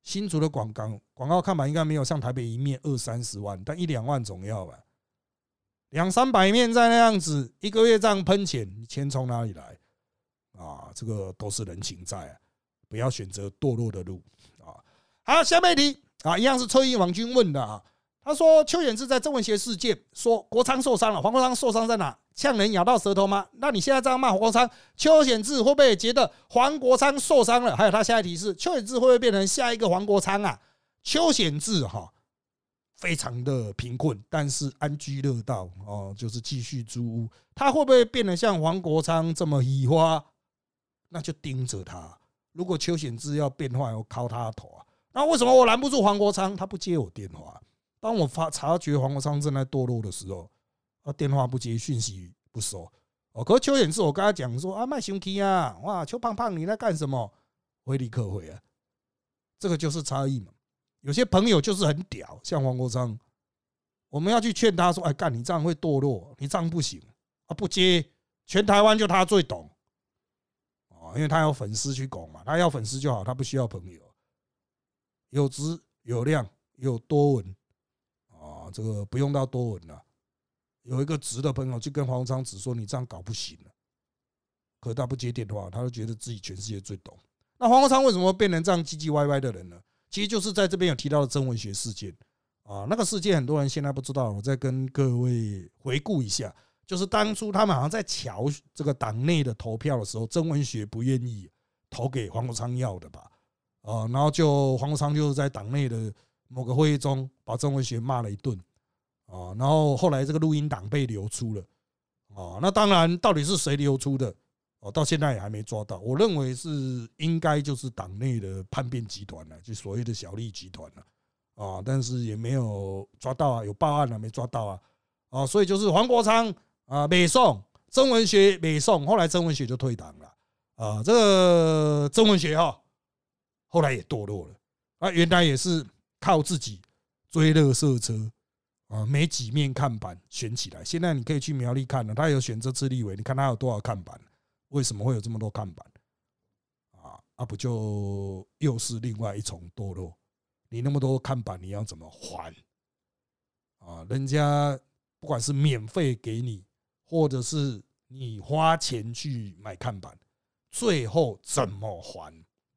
新竹的广告广告看板应该没有像台北一面二三十万，但一两万总要吧。两三百面在那样子，一个月这样喷钱，你钱从哪里来啊？这个都是人情债啊，不要选择堕落的路啊。好，下面一题啊，一样是侧翼网军问的啊。他说邱显智在曾文协事件说国昌受伤了，黄国昌受伤在哪？呛人咬到舌头吗？那你现在这样骂黄国昌，邱显智会不会觉得黄国昌受伤了？还有他下一题是邱显智会不会变成下一个黄国昌啊？邱显智哈。非常的贫困，但是安居乐道哦，就是继续租屋。他会不会变得像黄国昌这么移花？那就盯着他。如果邱显智要变坏，我敲他的头啊！那为什么我拦不住黄国昌？他不接我电话。当我发察觉黄国昌正在堕落的时候，他电话不接，讯息不收。哦，可是邱显智，我跟他讲说啊，卖凶气啊，哇，邱胖胖你在干什么？我会立刻回啊。这个就是差异嘛。有些朋友就是很屌，像黄国昌，我们要去劝他说：“哎，干你这样会堕落，你这样不行啊！”不接，全台湾就他最懂啊，因为他有粉丝去拱嘛，他要粉丝就好，他不需要朋友，有质有量有多文啊，这个不用到多文了。有一个直的朋友去跟黄国昌指说：“你这样搞不行了。”可他不接电话，他就觉得自己全世界最懂。那黄国昌为什么变成这样唧唧歪歪的人呢？其实就是在这边有提到的曾文学事件啊，那个事件很多人现在不知道，我再跟各位回顾一下，就是当初他们好像在瞧这个党内的投票的时候，曾文学不愿意投给黄国昌要的吧，啊，然后就黄国昌就在党内的某个会议中把曾文学骂了一顿啊，然后后来这个录音档被流出了啊，那当然到底是谁流出的？哦，到现在也还没抓到。我认为是应该就是党内的叛变集团了，就所谓的小利集团了啊，但是也没有抓到啊，有报案了没抓到啊啊，所以就是黄国昌啊北宋，曾文学北宋，后来曾文学就退党了啊，这个曾文学哈后来也堕落了啊，原来也是靠自己追垃圾车啊，没几面看板选起来。现在你可以去苗栗看了，他有选这次立委，你看他有多少看板？为什么会有这么多看板啊？啊，不就又是另外一重堕落？你那么多看板，你要怎么还啊？人家不管是免费给你，或者是你花钱去买看板，最后怎么还？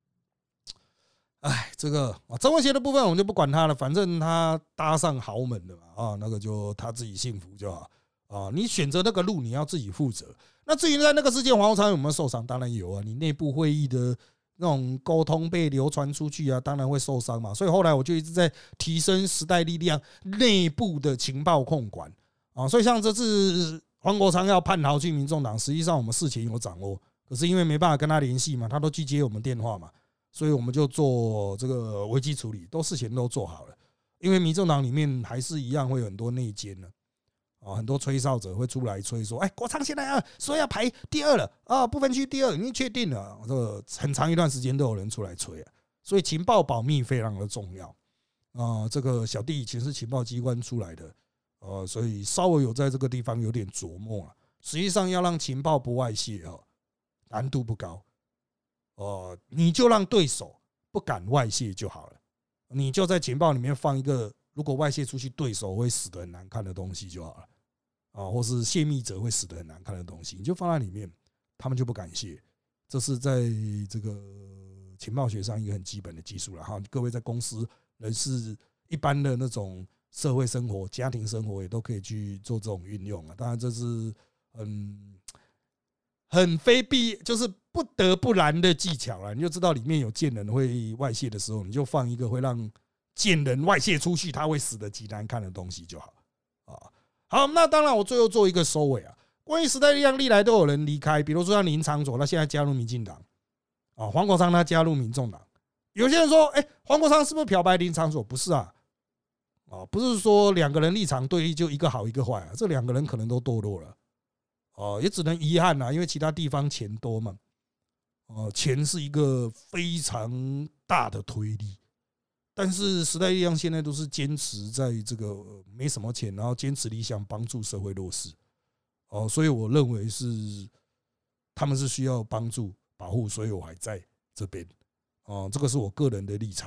哎，这个啊，曾文协的部分我们就不管他了，反正他搭上豪门了嘛，啊，那个就他自己幸福就好啊。你选择那个路，你要自己负责。那至于在那个事件黄国昌有没有受伤，当然有啊。你内部会议的那种沟通被流传出去啊，当然会受伤嘛。所以后来我就一直在提升时代力量内部的情报控管啊。所以像这次黄国昌要叛逃去民众党，实际上我们事前有掌握，可是因为没办法跟他联系嘛，他都拒接我们电话嘛，所以我们就做这个危机处理，都事前都做好了。因为民众党里面还是一样会有很多内奸呢。啊，很多吹哨者会出来吹说：“哎，国昌现在要说要排第二了啊，不分区第二已经确定了。”这个很长一段时间都有人出来吹啊，所以情报保密非常的重要啊。这个小弟以前是情报机关出来的，呃，所以稍微有在这个地方有点琢磨啊。实际上要让情报不外泄啊，难度不高哦，你就让对手不敢外泄就好了，你就在情报里面放一个。如果外泄出去，对手会死得很难看的东西就好了啊，或是泄密者会死得很难看的东西，你就放在里面，他们就不敢泄。这是在这个情报学上一个很基本的技术了哈。各位在公司人事一般的那种社会生活、家庭生活也都可以去做这种运用啊。当然这是很很非必，就是不得不然的技巧了。你就知道里面有贱人会外泄的时候，你就放一个会让贱人外泄出去，他会死得极难看的东西就好啊。好，那当然我最后做一个收尾啊。关于时代力量历来都有人离开，比如说像林长佐，他现在加入民进党啊；黄国昌他加入民众党。有些人说，哎，黄国昌是不是漂白林长佐？不是啊，啊，不是说两个人立场对立就一个好一个坏啊，这两个人可能都堕落了，哦，也只能遗憾啦，因为其他地方钱多嘛，哦，钱是一个非常大的推力。但是时代力量现在都是坚持在这个没什么钱，然后坚持理想，帮助社会弱势哦，所以我认为是他们是需要帮助保护，所以我还在这边哦，这个是我个人的立场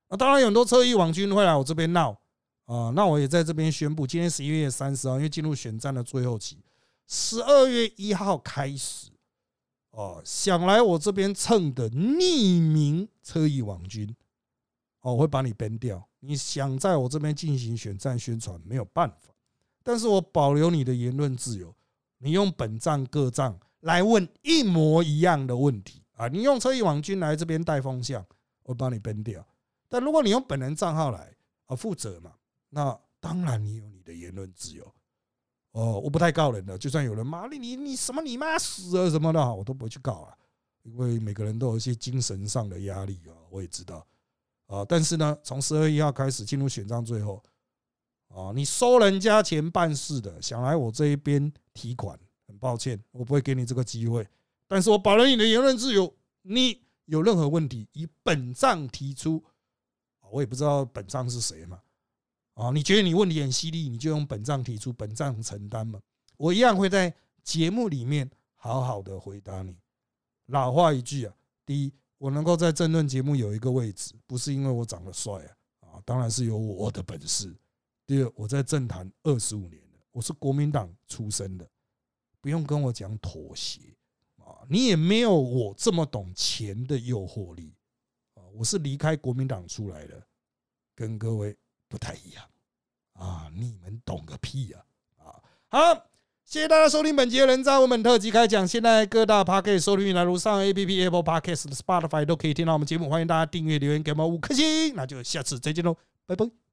啊，当然有很多侧翼网军会来我这边闹啊，那我也在这边宣布，今天十一月三十号，因为进入选战的最后期，十二月一号开始，哦，想来我这边蹭的匿名侧翼网军，哦，我会把你 ban 掉。你想在我这边进行选战宣传没有办法，但是我保留你的言论自由。你用本账各账来问一模一样的问题啊，你用侧翼网军来这边带风向，我把你 ban 掉。但如果你用本人账号来啊负责嘛，那当然你有你的言论自由。哦，我不太告人的，就算有人骂你，你你什么你妈死了什么的，我都不会去告啊，因为每个人都有一些精神上的压力啊，我也知道啊。但是呢，从十二月一号开始进入选战最后啊，你收人家钱办事的，想来我这一边提款，很抱歉，我不会给你这个机会。但是我保留你的言论自由，你有任何问题以本账提出，我也不知道本账是谁嘛。啊，你觉得你问题很犀利，你就用本账提出，本账承担嘛。我一样会在节目里面好好的回答你。老话一句啊，第一，我能够在政论节目有一个位置，不是因为我长得帅啊，啊，当然是有我的本事。第二，我在政坛二十五年了，我是国民党出身的，不用跟我讲妥协啊，你也没有我这么懂钱的诱惑力啊，我是离开国民党出来的，跟各位不太一样啊！你们懂个屁啊！啊，好，谢谢大家收听本集的人渣文本特辑开讲。现在各大 Podcast 收听平台如上 A P P、Apple Podcast、Spotify 都可以听到我们节目，欢迎大家订阅、留言给我们五颗星。那就下次再见喽，拜拜。